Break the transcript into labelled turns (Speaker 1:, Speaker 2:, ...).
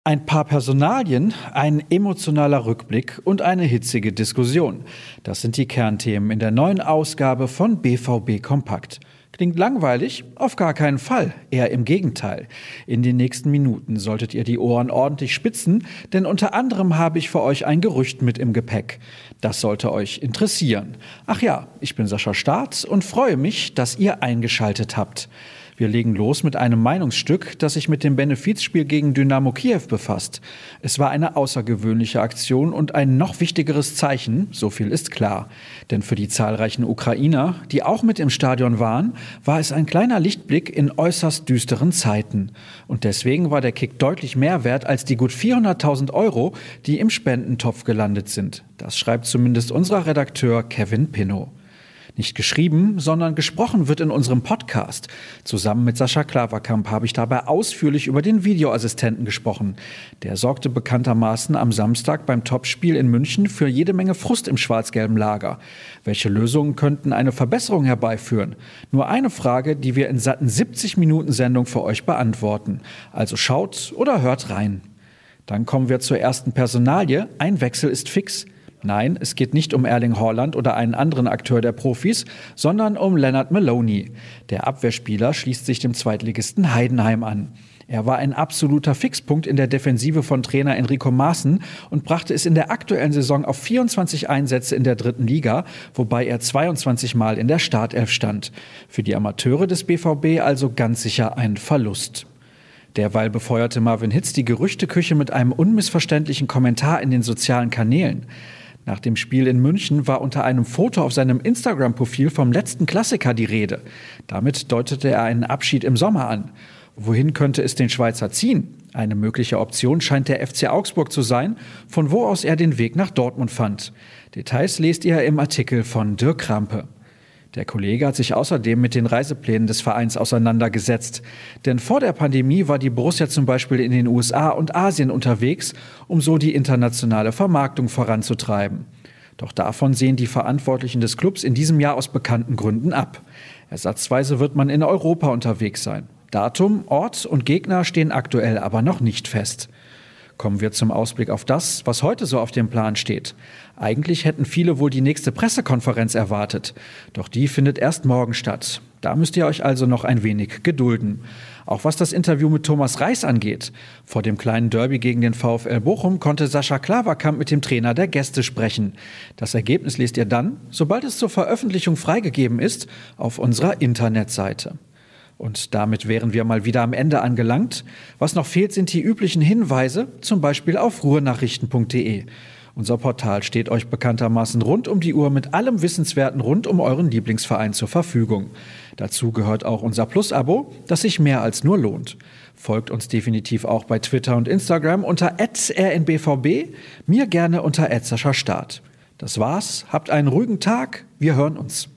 Speaker 1: Ein paar Personalien, ein emotionaler Rückblick und eine hitzige Diskussion. Das sind die Kernthemen in der neuen Ausgabe von BVB Kompakt. Klingt langweilig? Auf gar keinen Fall, eher im Gegenteil. In den nächsten Minuten solltet ihr die Ohren ordentlich spitzen, denn unter anderem habe ich für euch ein Gerücht mit im Gepäck. Das sollte euch interessieren. Ach ja, ich bin Sascha Staats und freue mich, dass ihr eingeschaltet habt. Wir legen los mit einem Meinungsstück, das sich mit dem Benefizspiel gegen Dynamo Kiew befasst. Es war eine außergewöhnliche Aktion und ein noch wichtigeres Zeichen, so viel ist klar. Denn für die zahlreichen Ukrainer, die auch mit im Stadion waren, war es ein kleiner Lichtblick in äußerst düsteren Zeiten. Und deswegen war der Kick deutlich mehr wert als die gut 400.000 €, die im Spendentopf gelandet sind. Das schreibt zumindest unser Redakteur Kevin Pinnow. Nicht geschrieben, sondern gesprochen wird in unserem Podcast. Zusammen mit Sascha Klaverkamp habe ich dabei ausführlich über den Videoassistenten gesprochen. Der sorgte bekanntermaßen am Samstag beim Topspiel in München für jede Menge Frust im schwarz-gelben Lager. Welche Lösungen könnten eine Verbesserung herbeiführen? Nur eine Frage, die wir in satten 70 Minuten Sendung für euch beantworten. Also schaut oder hört rein. Dann kommen wir zur ersten Personalie. Ein Wechsel ist fix. Nein, es geht nicht um Erling Haaland oder einen anderen Akteur der Profis, sondern um Leonard Maloney. Der Abwehrspieler schließt sich dem Zweitligisten Heidenheim an. Er war ein absoluter Fixpunkt in der Defensive von Trainer Enrico Maaßen und brachte es in der aktuellen Saison auf 24 Einsätze in der dritten Liga, wobei er 22 Mal in der Startelf stand. Für die Amateure des BVB also ganz sicher ein Verlust. Derweil befeuerte Marvin Hitz die Gerüchteküche mit einem unmissverständlichen Kommentar in den sozialen Kanälen. Nach dem Spiel in München war unter einem Foto auf seinem Instagram-Profil vom letzten Klassiker die Rede. Damit deutete er einen Abschied im Sommer an. Wohin könnte es den Schweizer ziehen? Eine mögliche Option scheint der FC Augsburg zu sein, von wo aus er den Weg nach Dortmund fand. Details lest ihr im Artikel von Dirk Krampe. Der Kollege hat sich außerdem mit den Reiseplänen des Vereins auseinandergesetzt. Denn vor der Pandemie war die Borussia zum Beispiel in den USA und Asien unterwegs, um so die internationale Vermarktung voranzutreiben. Doch davon sehen die Verantwortlichen des Clubs in diesem Jahr aus bekannten Gründen ab. Ersatzweise wird man in Europa unterwegs sein. Datum, Ort und Gegner stehen aktuell aber noch nicht fest. Kommen wir zum Ausblick auf das, was heute so auf dem Plan steht. Eigentlich hätten viele wohl die nächste Pressekonferenz erwartet. Doch die findet erst morgen statt. Da müsst ihr euch also noch ein wenig gedulden. Auch was das Interview mit Thomas Reis angeht. Vor dem kleinen Derby gegen den VfL Bochum konnte Sascha Klaverkamp mit dem Trainer der Gäste sprechen. Das Ergebnis lest ihr dann, sobald es zur Veröffentlichung freigegeben ist, auf unserer Internetseite. Und damit wären wir mal wieder am Ende angelangt. Was noch fehlt, sind die üblichen Hinweise, zum Beispiel auf ruhrnachrichten.de. Unser Portal steht euch bekanntermaßen rund um die Uhr mit allem Wissenswerten rund um euren Lieblingsverein zur Verfügung. Dazu gehört auch unser Plus-Abo, das sich mehr als nur lohnt. Folgt uns definitiv auch bei Twitter und Instagram unter @rnbvb, mir gerne unter @saschastaat. Das war's, habt einen ruhigen Tag, wir hören uns.